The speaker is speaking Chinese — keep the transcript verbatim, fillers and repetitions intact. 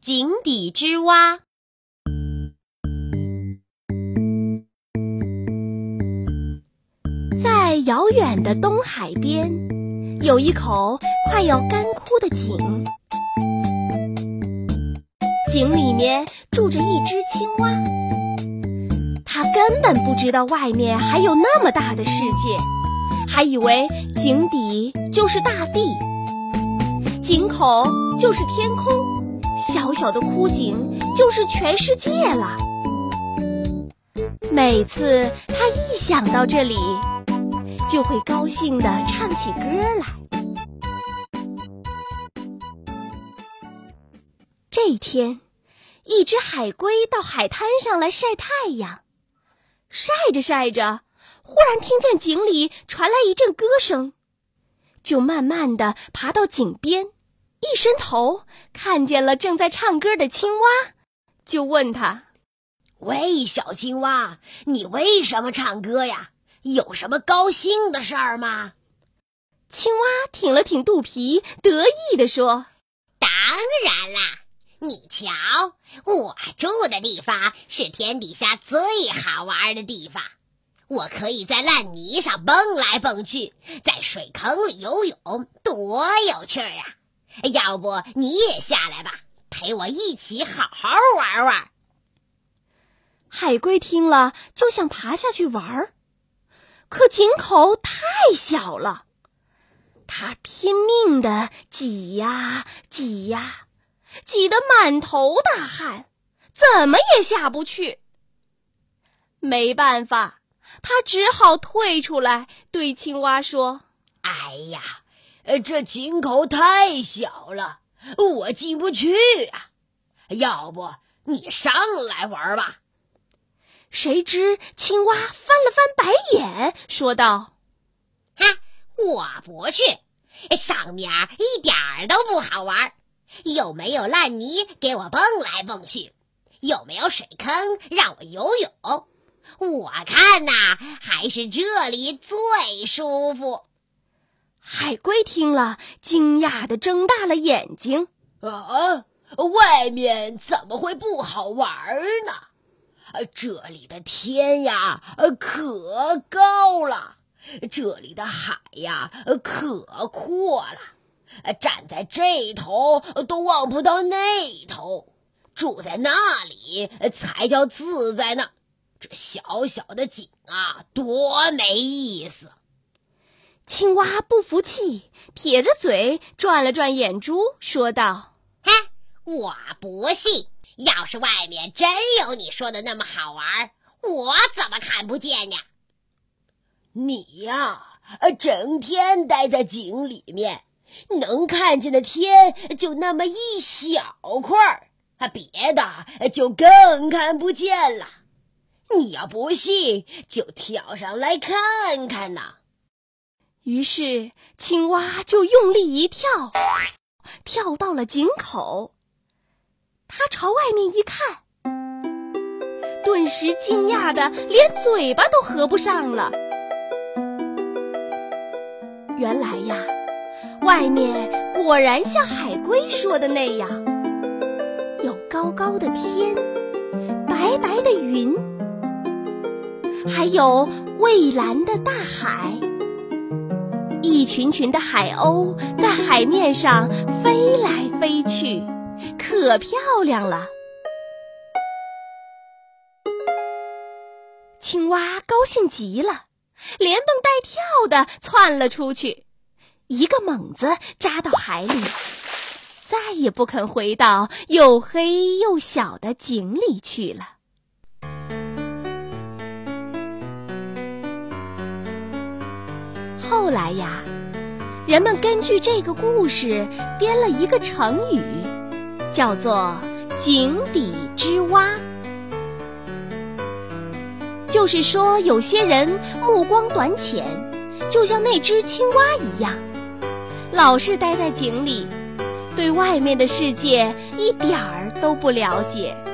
井底之蛙。 在遥远的东海边，有一口快要干枯的井。井里面住着一只青蛙，它根本不知道外面还有那么大的世界，还以为井底就是大地，井口就是天空，小小的枯井就是全世界了。每次他一想到这里，就会高兴地唱起歌来。这一天，一只海龟到海滩上来晒太阳，晒着晒着，忽然听见井里传来一阵歌声，就慢慢地爬到井边，一伸头看见了正在唱歌的青蛙，就问他： 喂，小青蛙，你为什么唱歌呀？有什么高兴的事儿吗？ 青蛙挺了挺肚皮，得意地说： 当然啦，你瞧，我住的地方是天底下最好玩的地方，我可以在烂泥上蹦来蹦去，在水坑里游泳，多有趣啊！要不你也下来吧，陪我一起好好玩玩。 海龟听了就想爬下去玩，可井口太小了，它拼命地挤呀挤呀，挤得满头大汗，怎么也下不去。没办法，它只好退出来，对青蛙说： 哎呀，这井口太小了，我进不去啊，要不你上来玩吧。 谁知青蛙翻了翻白眼，说道： 哈，我不去，上面一点儿都不好玩，有没有烂泥给我蹦来蹦去，有没有水坑让我游泳，我看呐，还是这里最舒服。 海龟听了，惊讶地睁大了眼睛： 啊，外面怎么会不好玩呢？这里的天呀，可高了，这里的海呀，可阔了，站在这头都望不到那头，住在那里才叫自在呢。这小小的井啊，多没意思！ 青蛙不服气，撇着嘴转了转眼珠，说道： 哈，我不信，要是外面真有你说的那么好玩，我怎么看不见呀？ 你呀，整天待在井里面，能看见的天就那么一小块儿，别的就更看不见了。你要不信，就跳上来看看呐。 于是青蛙就用力一跳，跳到了井口。他朝外面一看，顿时惊讶的连嘴巴都合不上了。原来呀，外面果然像海龟说的那样，有高高的天，白白的云，还有蔚蓝的大海，一群群的海鸥在海面上飞来飞去，可漂亮了。青蛙高兴极了，连蹦带跳地窜了出去，一个猛子扎到海里，再也不肯回到又黑又小的井里去了。后来呀，人们根据这个故事编了一个成语，叫做井底之蛙。就是说有些人目光短浅，就像那只青蛙一样，老是待在井里，对外面的世界一点儿都不了解。